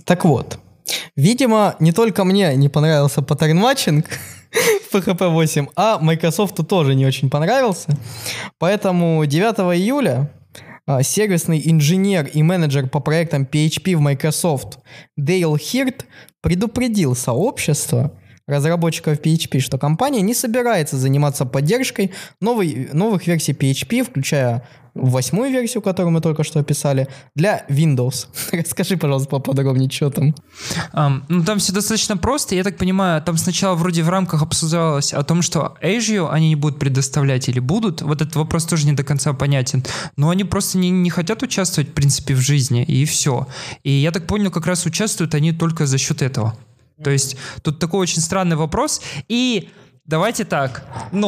Так вот, видимо, не только мне не понравился паттерн-матчинг в PHP 8, а Microsoft тоже не очень понравился. Поэтому 9 июля сервисный инженер и менеджер по проектам PHP в Microsoft Дейл Хирт предупредил сообщество разработчиков PHP, что компания не собирается заниматься поддержкой новых версий PHP, включая 8-ю версию, которую мы только что описали, для Windows. Расскажи, пожалуйста, поподробнее, что там. Там все достаточно просто. Я так понимаю, там сначала вроде в рамках обсуждалось о том, что Azure они не будут предоставлять или будут. Вот этот вопрос тоже не до конца понятен. Но они просто не хотят участвовать, в принципе, в жизни, и все. И я так понял, как раз участвуют они только за счет этого. То есть тут такой очень странный вопрос. И давайте так.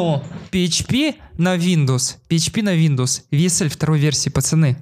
PHP на Windows, VSL второй версии, пацаны.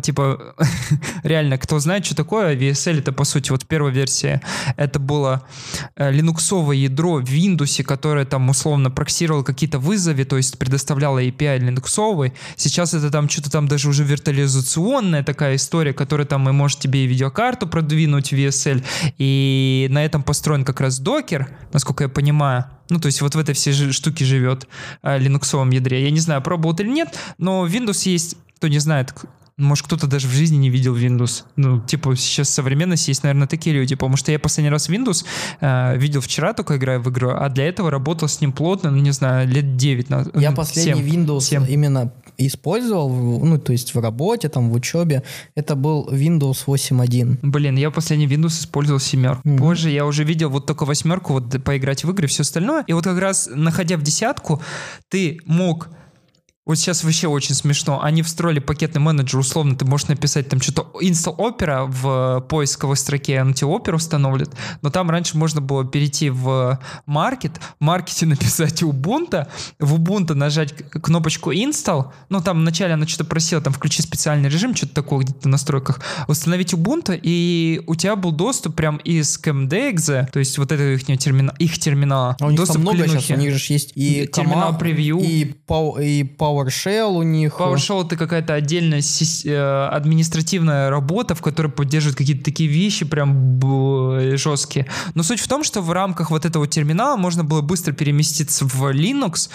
Реально, кто знает, что такое VSL, это, по сути, вот первая версия, это было линуксовое ядро в Windows, которое там условно проксировало какие-то вызовы, то есть предоставляло API линуксовый. Сейчас это там что-то там даже уже виртуализационная такая история, которая там и может тебе и видеокарту продвинуть в VSL, и на этом построен как раз Docker, насколько я понимаю. То есть вот в этой всей штуке живет линуксовом ядре. Я не знаю, пробовал или нет, но Windows есть, кто не знает, может, кто-то даже в жизни не видел Windows. Сейчас в современности есть, наверное, такие люди. Потому что я последний раз Windows видел вчера, только играя в игру, а для этого работал с ним плотно, лет 9 назад. Я последний 7, Windows 7. Именно использовал, то есть в работе, там, в учебе. Это был Windows 8.1. Блин, я последний Windows использовал 7. Позже я уже видел вот только 8, вот поиграть в игры, все остальное. И вот как раз, находя в 10, ты мог... Вот сейчас вообще очень смешно. Они встроили пакетный менеджер, условно, ты можешь написать там что-то install Opera в поисковой строке, он тебе Opera установит, но там раньше можно было перейти в Market, в маркете написать Ubuntu, в Ubuntu нажать кнопочку install, там вначале она что-то просила, там включи специальный режим, что-то такое где-то в настройках, установить Ubuntu, и у тебя был доступ прям из ChemDex, то есть вот этого их терминала. А у них там много сейчас, у них же есть и терминал превью, и PowerShell у них. PowerShell — это какая-то отдельная административная работа, в которой поддерживают какие-то такие вещи прям жесткие. Но суть в том, что в рамках вот этого терминала можно было быстро переместиться в Linux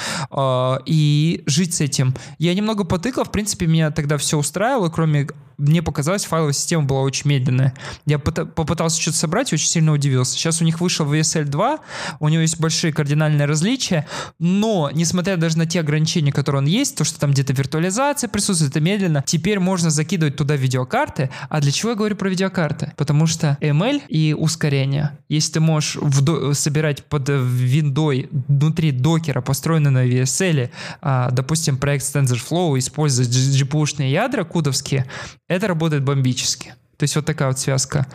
и жить с этим. Я немного потыкал, в принципе, меня тогда все устраивало, кроме... Мне показалось, файловая система была очень медленная. Я попытался что-то собрать и очень сильно удивился. Сейчас у них вышел VSL 2, у него есть большие кардинальные различия, но, несмотря даже на те ограничения, которые он есть, то, что там где-то виртуализация присутствует, это медленно, теперь можно закидывать туда видеокарты. А для чего я говорю про видеокарты? Потому что ML и ускорение. Если ты можешь собирать под виндой внутри докера, построенный на VSL, допустим, проект TensorFlow, используя GPU-шные ядра кудовские, это работает бомбически. То есть вот такая вот связка.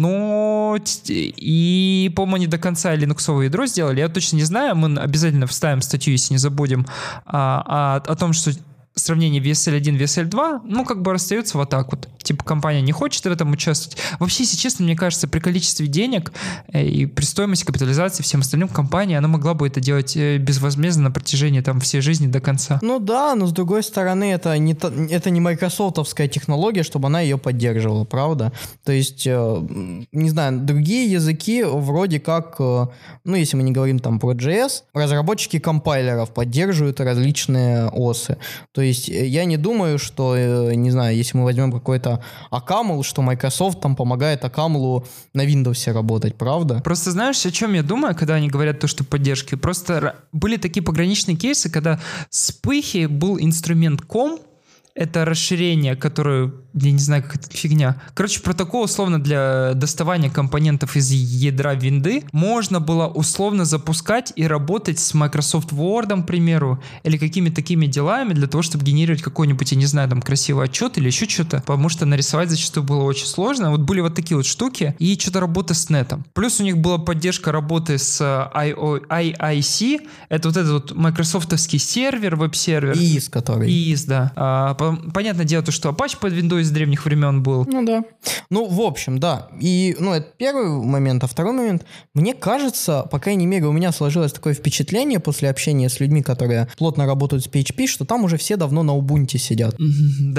И, по-моему, не до конца линуксовое ядро сделали. Я точно не знаю. Мы обязательно вставим статью, если не забудем, о том, что сравнение VSL 1 и VSL 2, расстаются вот так вот. Компания не хочет в этом участвовать. Вообще, если честно, мне кажется, при количестве денег и при стоимости капитализации, всем остальным, компания, она могла бы это делать безвозмездно на протяжении всей жизни до конца. Да, но с другой стороны, это не майкрософтовская технология, чтобы она ее поддерживала, правда? То есть, не знаю, другие языки вроде как, если мы не говорим про JS, разработчики компайлеров поддерживают различные осы. То есть, я не думаю, что, не знаю, если мы возьмем какой-то Акамл, что Microsoft помогает Акамлу на Windows работать, правда? Просто знаешь, о чем я думаю, когда они говорят то, что поддержки? Просто были такие пограничные кейсы, когда с Пыхи был инструмент COM, это расширение, которое, я не знаю, как это фигня. Протокол условно для доставания компонентов из ядра винды можно было условно запускать и работать с Microsoft Word, к примеру, или какими-то такими делами для того, чтобы генерировать какой-нибудь, я не знаю, красивый отчет или еще что-то, потому что нарисовать зачастую было очень сложно. Вот были вот такие вот штуки и что-то работа с нетом. Плюс у них была поддержка работы с IIC, это вот этот мicrosoftовский сервер, веб-сервер. IIS, который. IIS, да. Понятное дело, то, что Apache под Windows с древних времен был. Да. В общем, да. И, это первый момент. А второй момент, мне кажется, по крайней мере, у меня сложилось такое впечатление после общения с людьми, которые плотно работают с PHP, что там уже все давно на Ubuntu сидят. Да.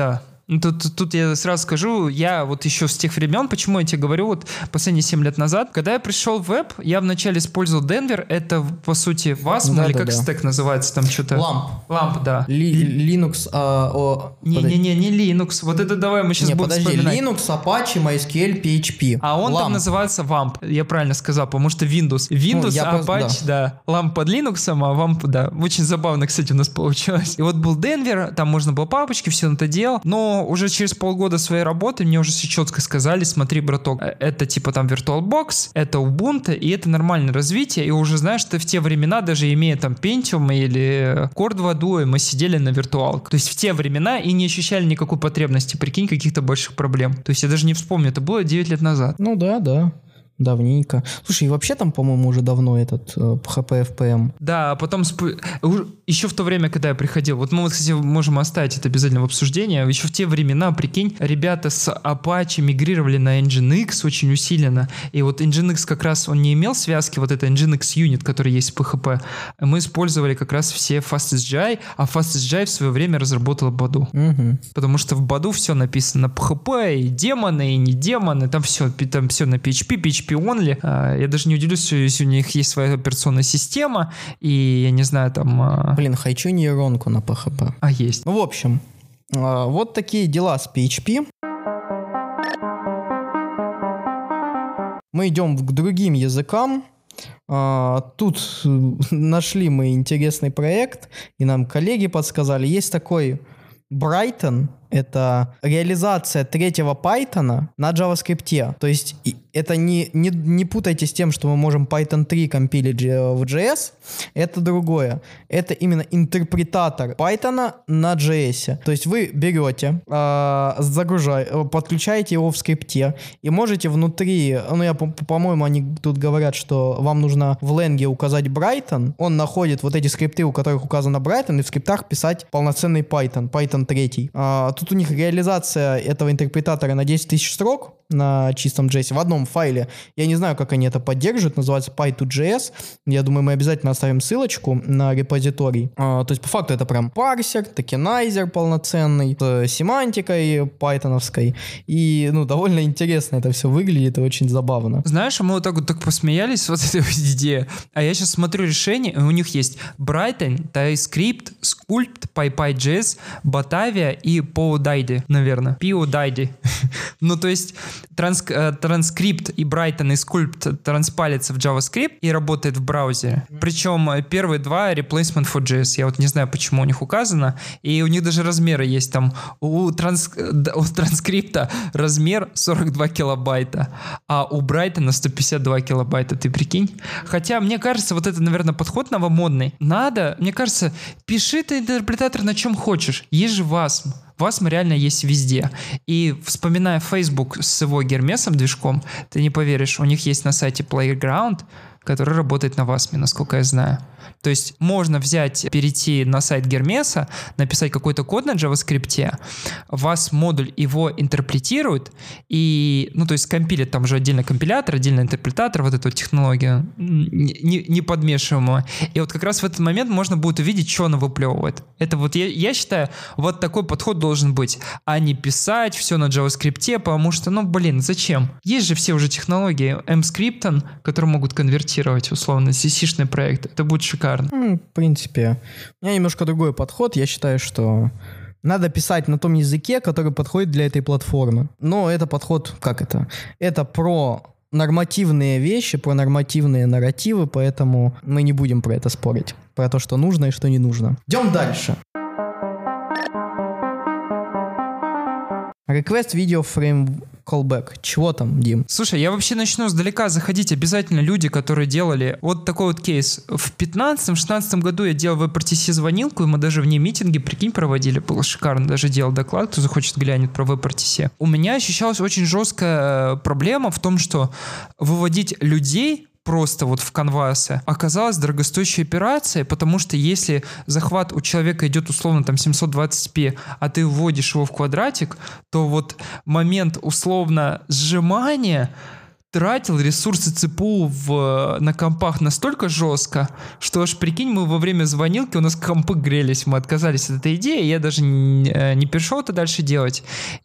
Тут я сразу скажу, я вот еще с тех времен, почему я тебе говорю, вот последние 7 лет назад, когда я пришел в веб, я вначале использовал Denver, это по сути WASM, или как стек называется, там что-то... Lamp, да. Linux, Не Linux, вот это давай мы сейчас будем вспоминать. Linux, Apache, MySQL, PHP. А он там называется WAMP, я правильно сказал, потому что Windows, Apache, да. Lamp под Linux, а WAMP, да. Очень забавно, кстати, у нас получилось. И вот был Denver, там можно было папочки, все это делал, но уже через полгода своей работы мне уже все четко сказали: смотри, браток, это типа там VirtualBox, это Ubuntu, и это нормальное развитие, и уже знаешь, что в те времена, даже имея там Pentium или Core 2 Duo, мы сидели на виртуалках. То есть в те времена и не ощущали никакой потребности, прикинь, каких-то больших проблем. То есть я даже не вспомню, это было 9 лет назад. Ну да. Давненько. Слушай, и вообще там, по-моему, уже давно этот PHP FPM. Да, а потом еще в то время, когда я приходил, вот мы, кстати, можем оставить это обязательно в обсуждении, еще в те времена, прикинь, ребята с Apache мигрировали на Nginx очень усиленно, и вот Nginx как раз, он не имел связки, вот это Nginx Unit, который есть в PHP, мы использовали как раз все FastSGI, а FastSGI в свое время разработала Badu. Потому что в Badu все написано на PHP, и демоны, и не демоны, там все на PHP only. Я даже не удивлюсь, если у них есть своя операционная система, и я не знаю, там... Хочу нейронку на PHP. Есть. Ну, в общем, вот такие дела с PHP. Мы идем к другим языкам. Тут нашли мы интересный проект, и нам коллеги подсказали. Есть такой Brighton. Это реализация третьего Python на JavaScript. То есть это не путайте с тем, что мы можем Python 3 компилить в JS. Это другое. Это именно интерпретатор Python на JS. То есть вы берете, подключаете его в скрипте и можете внутри, по-моему, они тут говорят, что вам нужно в Lang указать Brighton. Он находит вот эти скрипты, у которых указано Brighton, и в скриптах писать полноценный Python 3. Тут у них реализация этого интерпретатора на 10 тысяч строк на чистом JS в одном файле. Я не знаю, как они это поддерживают. Называется Py2.js. Я думаю, мы обязательно оставим ссылочку на репозиторий. То есть, по факту, это прям парсер, токенайзер полноценный, с семантикой пайтоновской. И, довольно интересно это все выглядит и очень забавно. Знаешь, мы вот так посмеялись вот этой идеи. А я сейчас смотрю решение, и у них есть Brighton, TypeScript, Sculpt, PyPy.js, Batavia и PoDidy, наверное. PoDidy. То есть транскрипт и Brighton и Sculpt транспалится в JavaScript и работает в браузере. Причем первые два replacement for JS. Я вот не знаю, почему у них указано. И у них даже размеры есть там. У транскрипта размер 42 килобайта, а у Brighton 152 килобайта. Ты прикинь? Хотя, мне кажется, вот это, наверное, подход новомодный. Мне кажется, пиши ты интерпретатор на чем хочешь. Есть же WASM. WASM реально есть везде. И вспоминая Facebook с его Гермесом движком, ты не поверишь, у них есть на сайте Playground, который работает на WASM, насколько я знаю. То есть можно перейти на сайт Гермеса, написать какой-то код на JavaScript, WASM-модуль его интерпретирует и, то есть компилит, там же отдельно компилятор, отдельно интерпретатор, вот эту технологию не подмешиваемую. И вот как раз в этот момент можно будет увидеть, что она выплевывает. Это вот я считаю, вот такой подход должен быть, а не писать все на JavaScript, потому что, зачем? Есть же все уже технологии M-скриптон, которые могут конвертировать условно CC-шный проект. Это будет шикарно. В принципе, у меня немножко другой подход. Я считаю, что надо писать на том языке, который подходит для этой платформы. Но это подход, Это про нормативные вещи, про нормативные нарративы, поэтому мы не будем про это спорить. Про то, что нужно и что не нужно. Идем дальше. Request Video Frame Callback. Чего там, Дим? Слушай, я вообще начну сдалека заходить. Обязательно люди, которые делали вот такой вот кейс. В 15-16 году я делал в WebRTC звонилку, и мы даже в ней митинги, прикинь, проводили. Было шикарно. Даже делал доклад, кто захочет глянет про WebRTC. У меня ощущалась очень жесткая проблема в том, что выводить людей просто вот в канвасе оказалась дорогостоящей операцией, потому что если захват у человека идет условно там 720p, а ты вводишь его в квадратик, то вот момент условно сжимания тратил ресурсы ЦПУ на компах настолько жестко, что аж прикинь, мы во время звонилки, у нас компы грелись, мы отказались от этой идеи, я даже не перешел это дальше делать.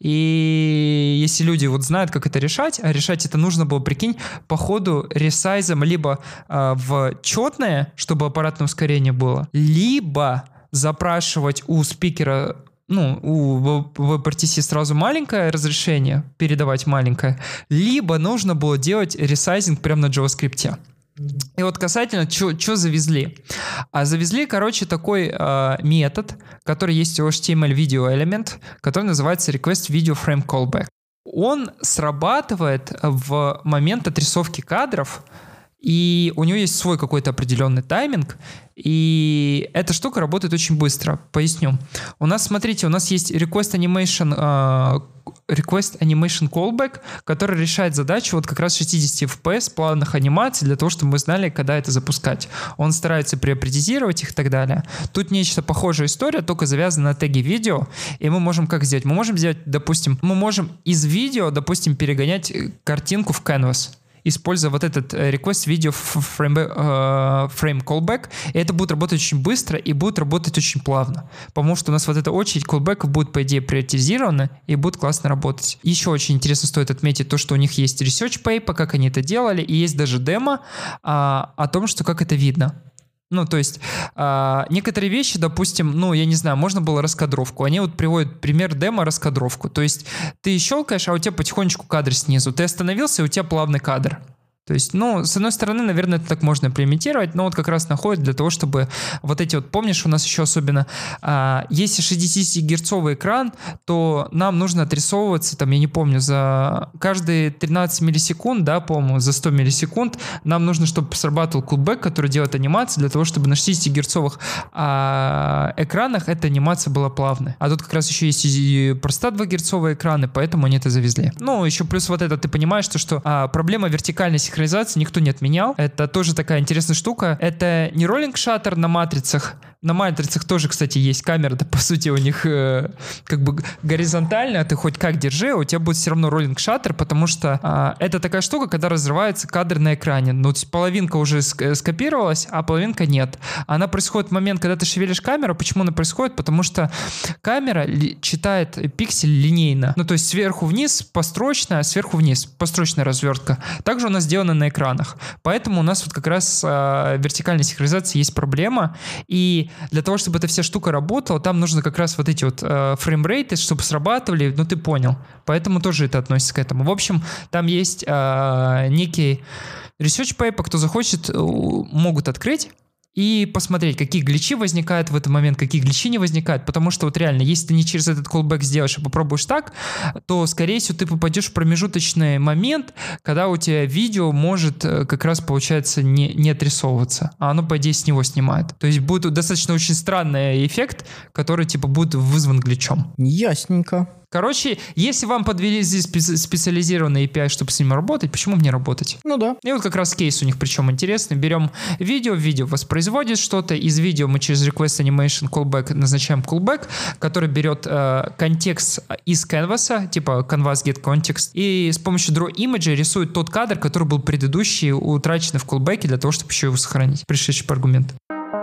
И если люди вот знают, как это решать, а решать это нужно было, прикинь, по ходу ресайзом либо в четное, чтобы аппаратное ускорение было, либо запрашивать у спикера, у WebRTC сразу маленькое разрешение, передавать маленькое, либо нужно было делать ресайзинг прямо на JavaScript. И вот касательно, что завезли. Завезли, короче, такой метод, который есть у HTML Video Element, который называется Request Video Frame Callback. Он срабатывает в момент отрисовки кадров, и у него есть свой какой-то определенный тайминг, и эта штука работает очень быстро. Поясню. У нас, смотрите, есть Request Animation Callback, который решает задачу вот как раз 60 FPS плавных анимаций для того, чтобы мы знали, когда это запускать. Он старается приоритизировать их и так далее. Тут нечто похожая история, только завязана на теге видео, и мы можем как сделать? Мы можем сделать, допустим, из видео, допустим, перегонять картинку в Canvas, используя вот этот request video frame callback, и это будет работать очень быстро и будет работать очень плавно, потому что у нас вот эта очередь callback будет, по идее, приоритизирована и будет классно работать. Еще очень интересно стоит отметить то, что у них есть research paper, как они это делали, и есть даже демо о том, что как это видно. То есть некоторые вещи, допустим, я не знаю, можно было раскадровку. Они вот приводят пример демо раскадровку. То есть ты щелкаешь, а у тебя потихонечку кадр снизу. Ты остановился, и у тебя плавный кадр. То есть, с одной стороны, наверное, это так можно имплементировать, но вот как раз находят для того, чтобы вот эти вот, помнишь, у нас еще особенно, если 60-герцовый экран, то нам нужно отрисовываться, я не помню, за каждые 13 миллисекунд, по-моему, за 100 миллисекунд нам нужно, чтобы срабатывал callback, который делает анимацию, для того, чтобы на 60-герцовых экранах эта анимация была плавная. А тут как раз еще есть и просто 2-герцовые экраны, поэтому они это завезли. Еще плюс вот это, ты понимаешь, что проблема вертикальной синхронизации никто не отменял. Это тоже такая интересная штука. Это не роллинг шаттер на матрицах. На матрицах тоже, кстати, есть камера, по сути у них как бы горизонтальная, ты хоть как держи, у тебя будет все равно роллинг шаттер, потому что это такая штука, когда разрывается кадр на экране. Половинка уже скопировалась, а половинка нет. Она происходит в момент, когда ты шевелишь камеру. Почему она происходит? Потому что камера читает пиксель линейно. То есть сверху вниз построчная, сверху вниз построчная развертка. Также у нас сделано на экранах. Поэтому у нас вот как раз вертикальной синхронизации есть проблема. И для того, чтобы эта вся штука работала, там нужно как раз вот эти вот фреймрейты, чтобы срабатывали, ты понял. Поэтому тоже это относится к этому. В общем, там есть некий research paper, кто захочет, могут открыть и посмотреть, какие гличи возникают в этот момент, какие гличи не возникают, потому что вот реально, если ты не через этот callback сделаешь, а попробуешь так, то, скорее всего, ты попадешь в промежуточный момент, когда у тебя видео может как раз, получается, не отрисовываться, а оно, по идее, с него снимает. То есть будет достаточно очень странный эффект, который, будет вызван гличом. Ясненько. Короче, если вам подвели здесь специализированный API, чтобы с ним работать, почему бы не работать? Да. И вот как раз кейс у них причем интересный. Берем видео воспроизводит что-то, из видео мы через Request Animation Callback назначаем callback, который берет контекст из Canvas, типа Canvas Get Context, и с помощью Draw Image рисует тот кадр, который был предыдущий, утраченный в callback, для того, чтобы еще его сохранить, пришедший по аргументу.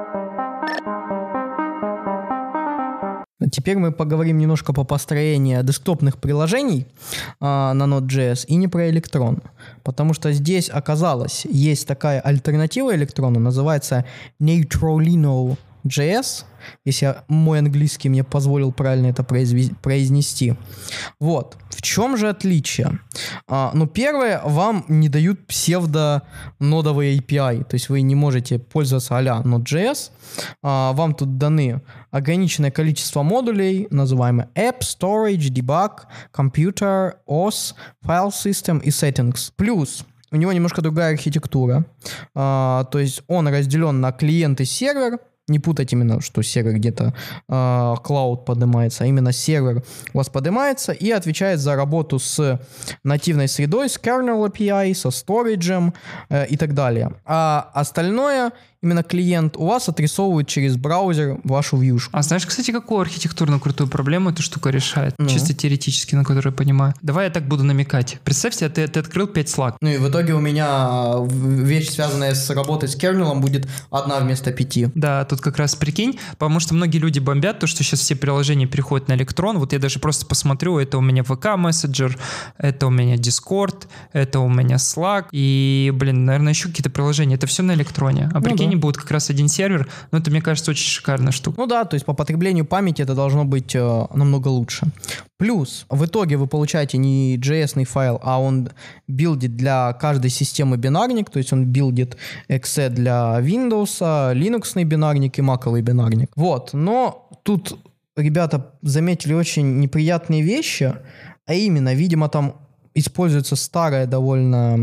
Теперь мы поговорим немножко по построению десктопных приложений на Node.js и не про Electron. Потому что здесь оказалось, есть такая альтернатива Electron, называется Neutralino.js, если мой английский мне позволил правильно это произнести. Вот. В чем же отличие? Первое, вам не дают псевдо-нодовые API, то есть вы не можете пользоваться а-ля Node.js. Вам тут даны ограниченное количество модулей, называемые App, Storage, Debug, Computer, OS, File System и Settings. Плюс у него немножко другая архитектура, то есть он разделен на клиент и сервер. Не путать именно, что сервер где-то cloud поднимается, а именно сервер у вас поднимается и отвечает за работу с нативной средой, с kernel API, со сториджем и так далее. А остальное именно клиент у вас отрисовывает через браузер вашу вьюшку. А знаешь, кстати, какую архитектурную крутую проблему эта штука решает? Чисто теоретически, на которую я понимаю. Давай я так буду намекать. Представь себе, ты открыл 5 Slack. Ну и в итоге у меня вещь, связанная с работой с кернелом, будет одна вместо 5. Да, тут как раз прикинь, потому что многие люди бомбят то, что сейчас все приложения переходят на электрон. Вот я даже просто посмотрю, это у меня VK Messenger, это у меня Discord, это у меня Slack и, наверное, еще какие-то приложения. Это все на электроне. А прикинь, будет как раз один сервер. Ну, это, мне кажется, очень шикарная штука. Ну да, то есть по потреблению памяти это должно быть намного лучше. Плюс, в итоге вы получаете не JS-ный файл, а он билдит для каждой системы бинарник, то есть он билдит exe для Windows, Linux-ный бинарник и Mac-овый бинарник. Вот, но тут ребята заметили очень неприятные вещи, а именно, видимо, там используется старая довольно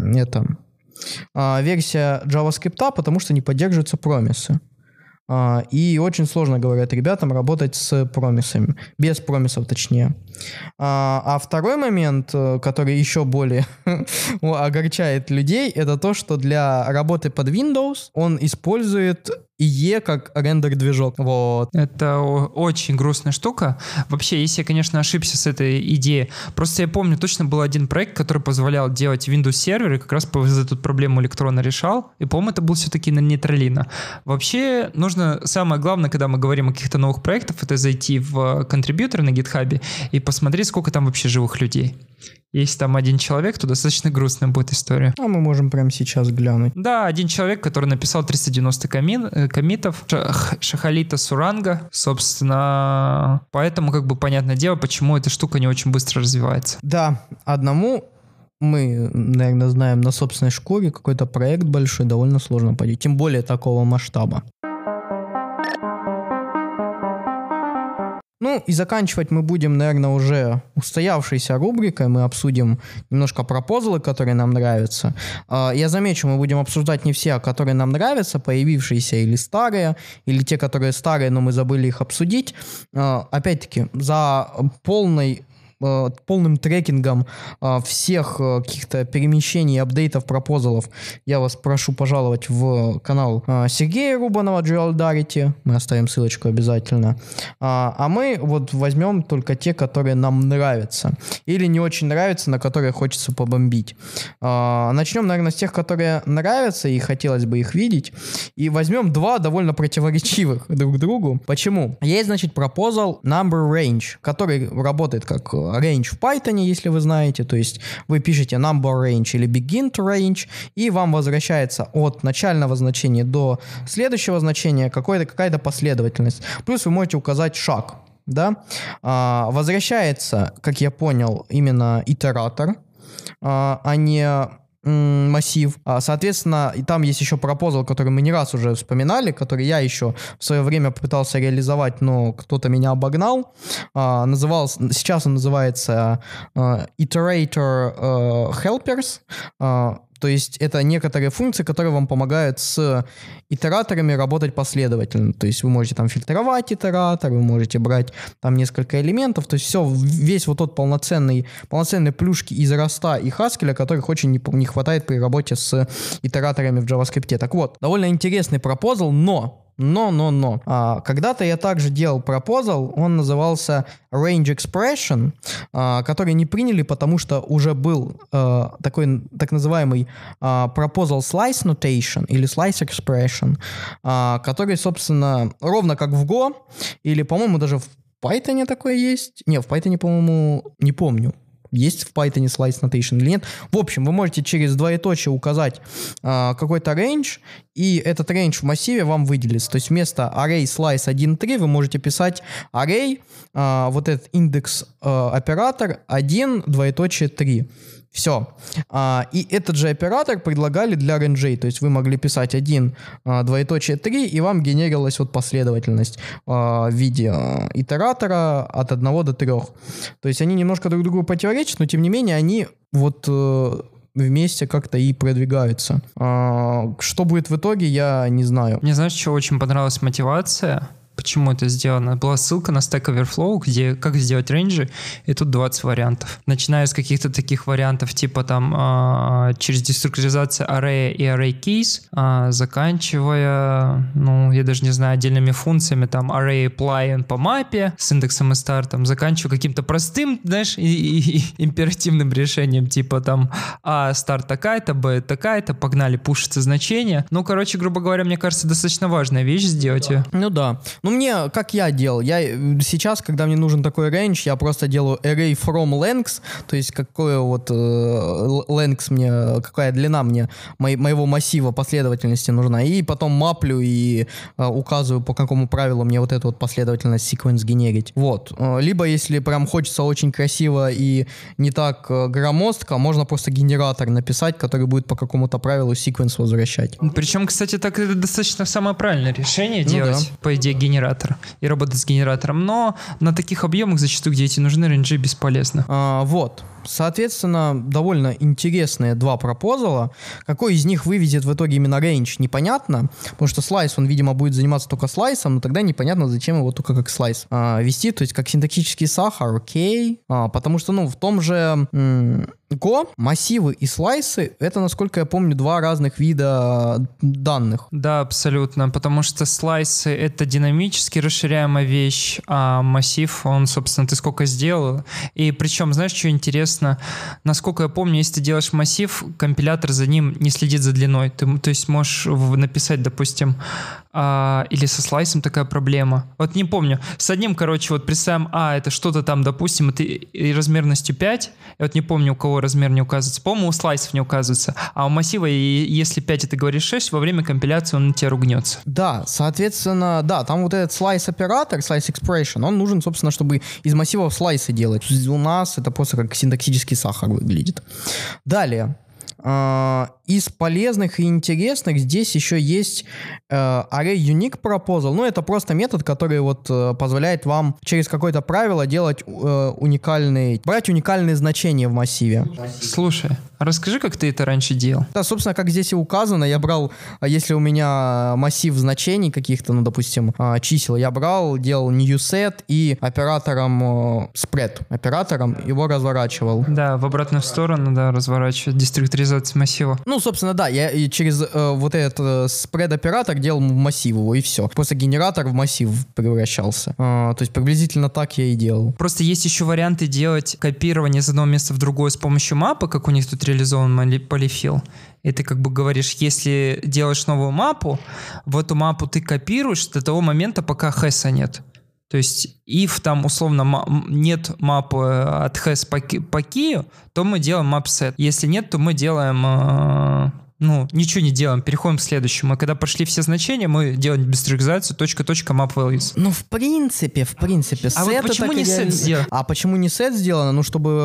версия JavaScript, потому что не поддерживаются промисы. И очень сложно, говорят ребятам, работать с промисами. Без промисов, точнее. А второй момент, который еще более огорчает людей, это то, что для работы под Windows он использует IE как рендер-движок. Вот. Это очень грустная штука. Вообще, если я, конечно, ошибся с этой идеей, просто я помню, точно был один проект, который позволял делать Windows-сервер, и как раз эту проблему электрона решал, и, по-моему, это был все-таки на Нейтралино. Вообще, нужно, самое главное, когда мы говорим о каких-то новых проектах, это зайти в контрибьютор на GitHub и посмотреть, сколько там вообще живых людей. Если там один человек, то достаточно грустная будет история. А мы можем прямо сейчас глянуть. Да, один человек, который написал 390 коммитов, Шахалита Суранга, собственно, поэтому понятное дело, почему эта штука не очень быстро развивается. Да, одному мы, наверное, знаем на собственной шкуре, какой-то проект большой довольно сложно пойти, тем более такого масштаба. Ну и заканчивать мы будем, наверное, уже устоявшейся рубрикой. Мы обсудим немножко пропозалы, которые нам нравятся. Я замечу, мы будем обсуждать не все, которые нам нравятся, появившиеся или старые, или те, которые старые, но мы забыли их обсудить. Опять-таки, за полным трекингом всех каких-то перемещений, апдейтов, пропозалов я вас прошу пожаловать в канал Сергея Рубанова GeoDarity. Мы оставим ссылочку обязательно. А мы вот возьмем только те, которые нам нравятся. Или не очень нравятся, на которые хочется побомбить. Начнем, наверное, с тех, которые нравятся и хотелось бы их видеть. И возьмем два довольно противоречивых друг другу. Почему? Есть, значит, пропозал Number Range, который работает как range в Python, если вы знаете, то есть вы пишете number range или begin to range, и вам возвращается от начального значения до следующего значения какая-то последовательность. Плюс вы можете указать шаг, да? Возвращается, как я понял, именно итератор, а не массив. Соответственно, и там есть еще пропозал, который мы не раз уже вспоминали, который я еще в свое время пытался реализовать, но кто-то меня обогнал. Сейчас он называется Iterator Helpers. То есть это некоторые функции, которые вам помогают с итераторами работать последовательно. То есть вы можете там фильтровать итератор, вы можете брать там несколько элементов. То есть весь вот тот полноценные плюшки из Rust и Haskell, которых очень не хватает при работе с итераторами в JavaScript. Так вот, довольно интересный пропозал, но когда-то я также делал пропозал, он назывался Range Expression, который не приняли, потому что уже был такой так называемый Proposal Slice Notation или Slice Expression, который, собственно, ровно как в Go, или, по-моему, даже в Python такое есть. Не, в Python, по-моему, не помню. Есть в Python Slice Notation или нет. В общем, вы можете через двоеточие указать какой-то range, и этот range в массиве вам выделится. То есть вместо array slice 1.3 вы можете писать array, вот этот индекс оператор 1, двоеточие 3. Все. И этот же оператор предлагали для рейнджей. То есть вы могли писать 1, двоеточие 3, и вам генерировалась вот последовательность в виде итератора от 1 до 3. То есть они немножко друг другу противоречат, но тем не менее они вот вместе как-то и продвигаются. Что будет в итоге, я не знаю. Мне, знаешь, что очень понравилась мотивация? почему это сделано. Была ссылка на Stack Overflow, где как сделать рейнджи, и тут 20 вариантов. Начиная с каких-то таких вариантов, типа там через деструктуризацию array и array keys, заканчивая, я даже не знаю, отдельными функциями, там array apply по мапе с индексом и стартом, заканчивая каким-то простым, знаешь, и императивным решением, типа там старт такая-то, b такая-то, погнали, пушится значение. Короче, грубо говоря, мне кажется, достаточно важная вещь сделать ее. Да. Мне, как я делал, я сейчас, когда мне нужен такой range, я просто делаю array from length, то есть какой вот length мне, какая длина мне моего массива последовательности нужна, и потом маплю и указываю, по какому правилу мне вот эту вот последовательность sequence генерить. Вот. Либо, если прям хочется очень красиво и не так громоздко, можно просто генератор написать, который будет по какому-то правилу sequence возвращать. Причем, кстати, так это достаточно самое правильное решение делать, по идее, генератор и работать с генератором, но на таких объемах зачастую, где эти нужны, рейнджи бесполезно. Вот. Соответственно, довольно интересные два пропозала. Какой из них выведет в итоге именно рейндж, непонятно, потому что слайс, он, видимо, будет заниматься только слайсом, но тогда непонятно, зачем его только как слайс вести, то есть как синтаксический сахар, окей, потому что, в том же Go массивы и слайсы — это, насколько я помню, два разных вида данных. Да, абсолютно, потому что слайсы — это динамически расширяемая вещь, а массив, он, собственно, ты сколько сделал. И причем, знаешь, что интересно? Насколько я помню, если ты делаешь массив, компилятор за ним не следит за длиной. Ты, то есть, можешь написать, допустим, или со слайсом такая проблема. Вот не помню. С одним, вот представим, это что-то там, допустим, это и размерностью 5, я вот не помню, у кого размер не указывается. По-моему, у слайсов не указывается. А у массива, если 5, и ты говоришь 6, во время компиляции он на тебя ругнется. Да, соответственно, да, там вот этот слайс-оператор, слайс-экспрессион, он нужен, собственно, чтобы из массивов слайсы делать. У нас это просто как синтаксический сахар выглядит. Далее. Из полезных и интересных здесь еще есть array unique proposal. Это просто метод, который позволяет вам через какое-то правило делать брать уникальные значения в массиве. Слушай, расскажи, как ты это раньше делал. Да, собственно, как здесь и указано, я брал, если у меня массив значений каких-то, допустим, чисел, я брал, делал new set и оператором spread, оператором его разворачивал. Да, в обратную сторону, да, разворачивать, деструктуризация массива. Собственно, да, я и через вот этот спред-оператор делал массив его, и все. Просто генератор в массив превращался. То есть приблизительно так я и делал. Просто есть еще варианты делать копирование с одного места в другое с помощью мапы, как у них тут реализован полифил. И ты говоришь, если делаешь новую мапу, в эту мапу ты копируешь до того момента, пока хэса нет. То есть, if там условно нет мапы от has по key, то мы делаем map set. Если нет, то мы делаем... ничего не делаем, переходим к следующему. А когда пошли все значения, мы делаем деструктуризацию точка map values. В принципе, вот почему не set сделано? А почему не set сделано?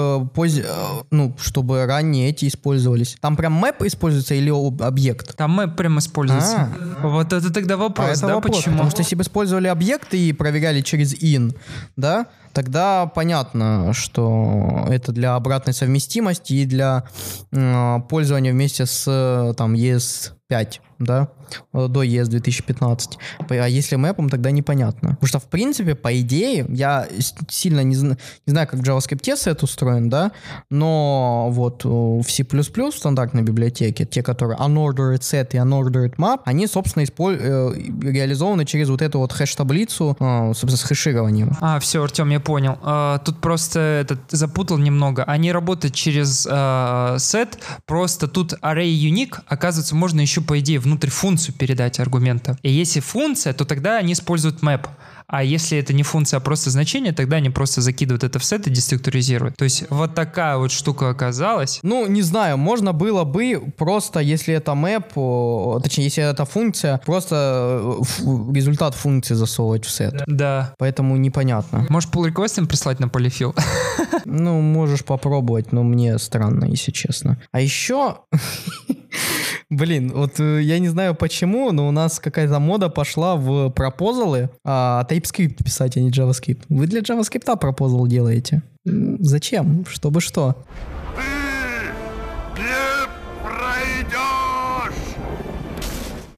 Чтобы ранее эти использовались. Там прям map используется или объект? Там map прям используется. Вот это тогда вопрос, да, вопрос, почему? Потому что если бы использовали объект и проверяли через in, да, тогда понятно, что это для обратной совместимости и для пользования вместе с ES5, да, до ES 2015. А если мэпом, тогда непонятно. Потому что, в принципе, по идее, я сильно не знаю, как в JavaScript сет устроен, да, но в C++ в стандартной библиотеке, те, которые unordered set и unordered map, они, собственно, реализованы через вот эту хэш-таблицу, собственно, с хэшированием. Все, Артем, я понял. Тут просто запутал немного. Они работают через set, просто тут array unique, оказывается, можно еще, по идее, внутрь функцию передать аргумента. И если функция, то тогда они используют map. А если это не функция, а просто значение, тогда они просто закидывают это в сет и деструктуризируют. То есть вот такая вот штука оказалась. Не знаю, можно было бы просто, если это map, точнее, если это функция, просто результат функции засовывать в сет. Да. Поэтому непонятно. Можешь pull request им прислать на полифил? Можешь попробовать, но мне странно, если честно. А еще... Блин, я не знаю почему, но у нас какая-то мода пошла в пропозалы TypeScript писать, а не JavaScript. Вы для JavaScript пропозал делаете. Зачем? Чтобы что? Ты не пройдешь!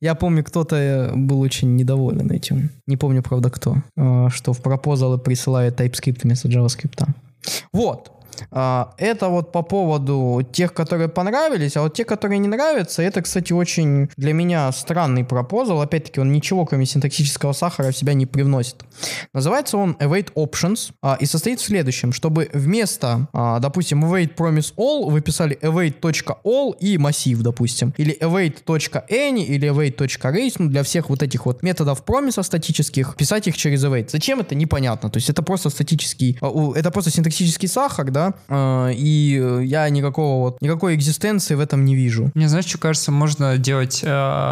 Я помню, кто-то был очень недоволен этим. Не помню, правда, кто. Что в пропозалы присылает TypeScript вместо JavaScript. Вот. Это вот по поводу тех, которые понравились, а вот те, которые не нравятся, это, кстати, очень для меня странный пропозал. Опять-таки, он ничего, кроме синтаксического сахара, в себя не привносит. Называется он Await Options и состоит в следующем, чтобы вместо, допустим, Await Promise All вы писали await.all и массив, допустим, или await.any или await.raise, ну, для всех вот этих вот методов промиса статических, писать их через await. Зачем это, непонятно. То есть это просто статический, это просто синтаксический сахар, да, и я никакой экзистенции в этом не вижу. Мне, знаешь, что кажется, можно делать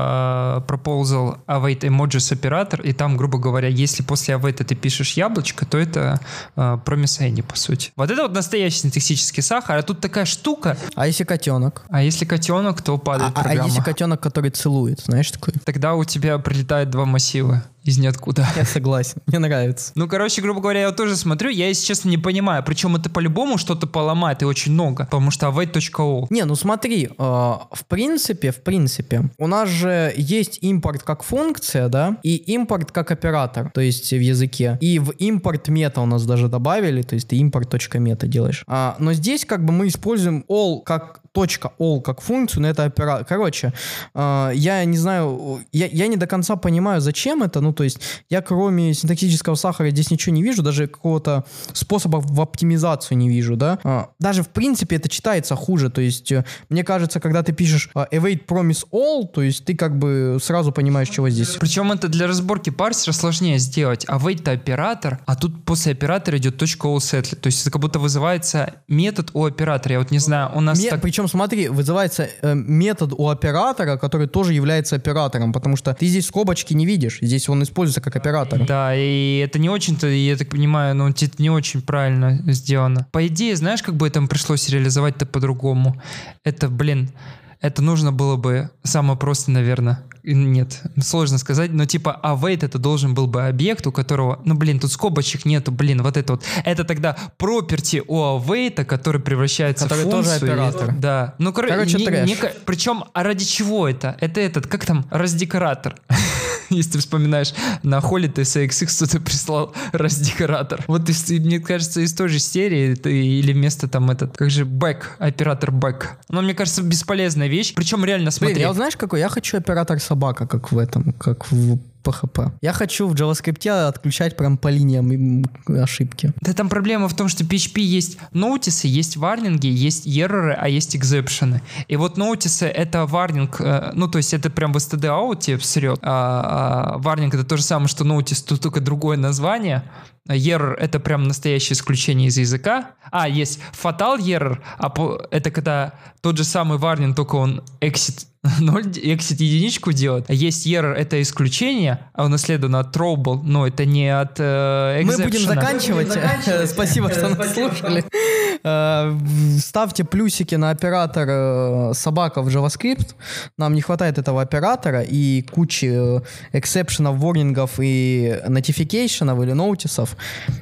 proposal await emojis оператор, и там, грубо говоря, если после await ты пишешь яблочко, то это promise any, по сути. Вот это вот настоящий синтаксический сахар, а тут такая штука. А если котенок? А если котенок, то падает программа. А если котенок, который целует, знаешь такой? Тогда у тебя прилетает два массива из ниоткуда. Я согласен, мне нравится. Ну, короче, грубо говоря, я тоже смотрю, я, если честно, не понимаю, причем это по-любому что-то поломает и очень много, потому что await.all. Не, ну смотри, в принципе, у нас же есть импорт как функция, да, и импорт как оператор, то есть в языке. И в импорт мета у нас даже добавили, то есть ты import.meta делаешь. Но здесь как бы мы используем all как .all как функцию, но это оператор. Короче, я не знаю, я не до конца понимаю, зачем это, ну, то есть я кроме синтаксического сахара здесь ничего не вижу, даже какого-то способа в оптимизацию не вижу, да. Даже в принципе это читается хуже, то есть мне кажется, когда ты пишешь await promise all, то есть ты как бы сразу понимаешь, чего здесь. Причем это для разборки парсера сложнее сделать. Await это оператор, а тут после оператора идет .all settle, то есть это как будто вызывается метод у оператора. Я вот не знаю, у нас Причем смотри, вызывается метод у оператора, который тоже является оператором, потому что ты здесь скобочки не видишь, здесь он используется как оператор. Да, и это не очень-то, я так понимаю, ну, это не очень правильно сделано. По идее, знаешь, как бы это пришлось реализовать-то по-другому? Это, это нужно было бы самое просто, наверное. Нет, сложно сказать, но типа await это должен был бы объект, у которого, тут скобочек нету, вот это вот. Это тогда property у await, который превращается который в функцию. Тоже оператор. Да. Ну, короче, трэш. Причем, а ради чего это? Это как там, раздекоратор. Если ты вспоминаешь, на Holiday SXX кто-то прислал раздекоратор. Вот мне кажется, из той же серии, или вместо там оператор back. Но мне кажется, бесполезная вещь. Причем реально смотри. Я вот знаешь какой? Я хочу оператор собака, как в PHP. Я хочу в JavaScript отключать прям по линиям ошибки. Да там проблема в том, что в PHP есть ноутисы, есть варнинги, есть ерроры, а есть экзепшены. И вот ноутисы — это варнинг, то есть это прям в std-out тебе всрет. А варнинг — это то же самое, что ноутис, тут только другое название. Error — это прям настоящее исключение из языка. Есть fatal error, это когда тот же самый warning, только он exit 0, exit единичку делает. А есть error — это исключение, а унаследовано от throwable, но это не от exception. Мы будем заканчивать. Спасибо, что нас слушали. Ставьте плюсики на оператор собака в JavaScript. Нам не хватает этого оператора и кучи эксепшенов, ворнингов и нотификейшенов или ноутисов.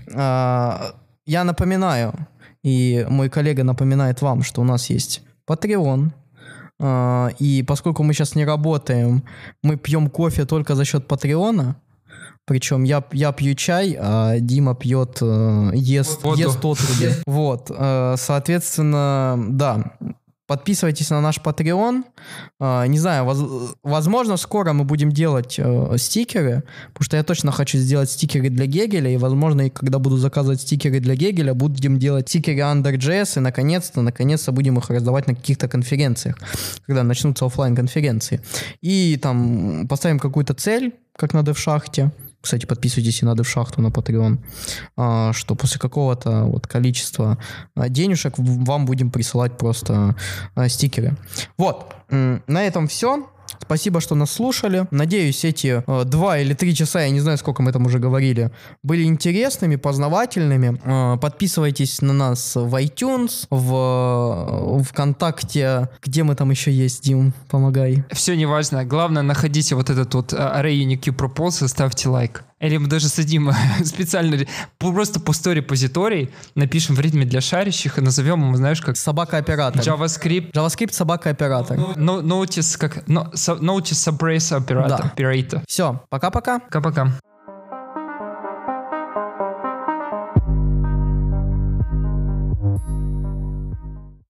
Я напоминаю, и мой коллега напоминает вам, что у нас есть Patreon. И поскольку мы сейчас не работаем, мы пьем кофе только за счет Патреона. Причем я пью чай, а Дима пьет, ест отруби. Вот, соответственно, да. Подписывайтесь на наш Patreon. Не знаю, возможно, скоро мы будем делать стикеры, потому что я точно хочу сделать стикеры для Гегеля, и, возможно, и когда буду заказывать стикеры для Гегеля, будем делать стикеры Under.js, и, наконец-то будем их раздавать на каких-то конференциях, когда начнутся офлайн-конференции. И там поставим какую-то цель, как на DevShaft. Кстати, подписывайтесь и на DevShaft на Patreon, что после какого-то вот количества денежек вам будем присылать просто стикеры. Вот, на этом все. Спасибо, что нас слушали. Надеюсь, эти 2 или 3 часа, я не знаю, сколько мы там уже говорили, были интересными, познавательными. Подписывайтесь на нас в iTunes, в ВКонтакте. Где мы там еще есть, Дим? Помогай. Все не важно. Главное, находите вот этот вот Array Unique Proposal, ставьте лайк. Или мы даже создадим специально просто пустой репозиторий, напишем в ритме для шарящих и назовем его, знаешь, как... Собака-оператор. JavaScript. JavaScript собака-оператор. Notice Subbrace Operator. Все, пока-пока. Пока-пока.